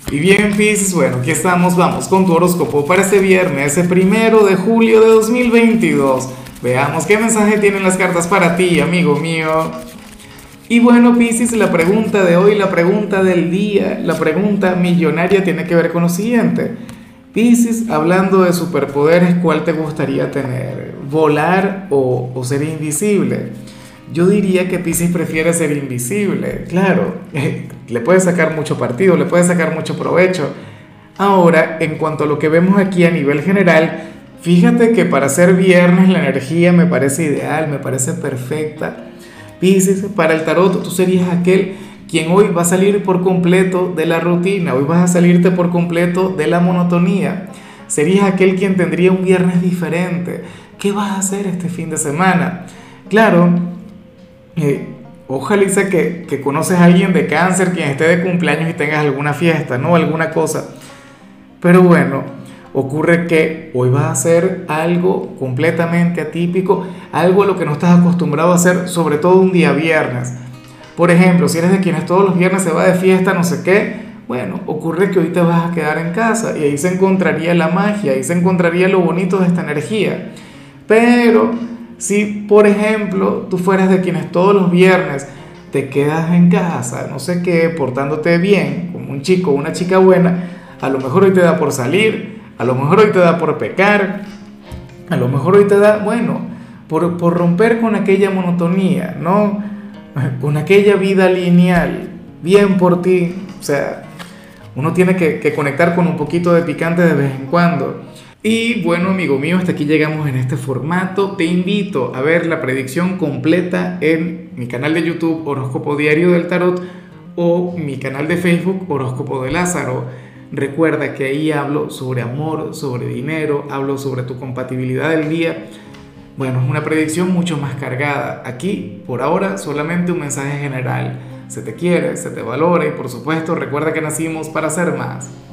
Y bien, Piscis, bueno, aquí estamos, vamos con tu horóscopo para este viernes, ese 1 de julio de 2022. Veamos qué mensaje tienen las cartas para ti, amigo mío. Y bueno, Piscis, la pregunta de hoy, la pregunta del día, la pregunta millonaria tiene que ver con lo siguiente. Piscis, hablando de superpoderes, ¿cuál te gustaría tener? ¿Volar o ser invisible? Yo diría que Piscis prefiere ser invisible, claro, le puede sacar mucho partido, le puede sacar mucho provecho. Ahora, en cuanto a lo que vemos aquí a nivel general, fíjate que para ser viernes la energía me parece ideal, me parece perfecta. Piscis, para el tarot tú serías aquel quien hoy va a salir por completo de la rutina, hoy vas a salirte por completo de la monotonía. Serías aquel quien tendría un viernes diferente. ¿Qué vas a hacer este fin de semana? Claro, eh, ojalá y sea que conoces a alguien de cáncer, quien esté de cumpleaños y tengas alguna fiesta, ¿no? Alguna cosa. Pero bueno, ocurre que hoy vas a hacer algo completamente atípico, algo a lo que no estás acostumbrado a hacer, sobre todo un día viernes. Por ejemplo, si eres de quienes todos los viernes se va de fiesta, no sé qué, bueno, ocurre que hoy te vas a quedar en casa y ahí se encontraría la magia, ahí se encontraría lo bonito de esta energía. Pero si, por ejemplo, tú fueras de quienes todos los viernes te quedas en casa, no sé qué, portándote bien, como un chico o una chica buena, a lo mejor hoy te da por salir, a lo mejor hoy te da por pecar, a lo mejor hoy te da, bueno, por romper con aquella monotonía, ¿no? Con aquella vida lineal, bien por ti. O sea, uno tiene que conectar con un poquito de picante de vez en cuando. Y bueno, amigo mío, hasta aquí llegamos en este formato. Te invito a ver la predicción completa en mi canal de YouTube Horóscopo Diario del Tarot o mi canal de Facebook Horóscopo de Lázaro. Recuerda que ahí hablo sobre amor, sobre dinero, hablo sobre tu compatibilidad del día. Bueno, es una predicción mucho más cargada. Aquí, por ahora, solamente un mensaje general. Se te quiere, se te valora y por supuesto recuerda que nacimos para ser más.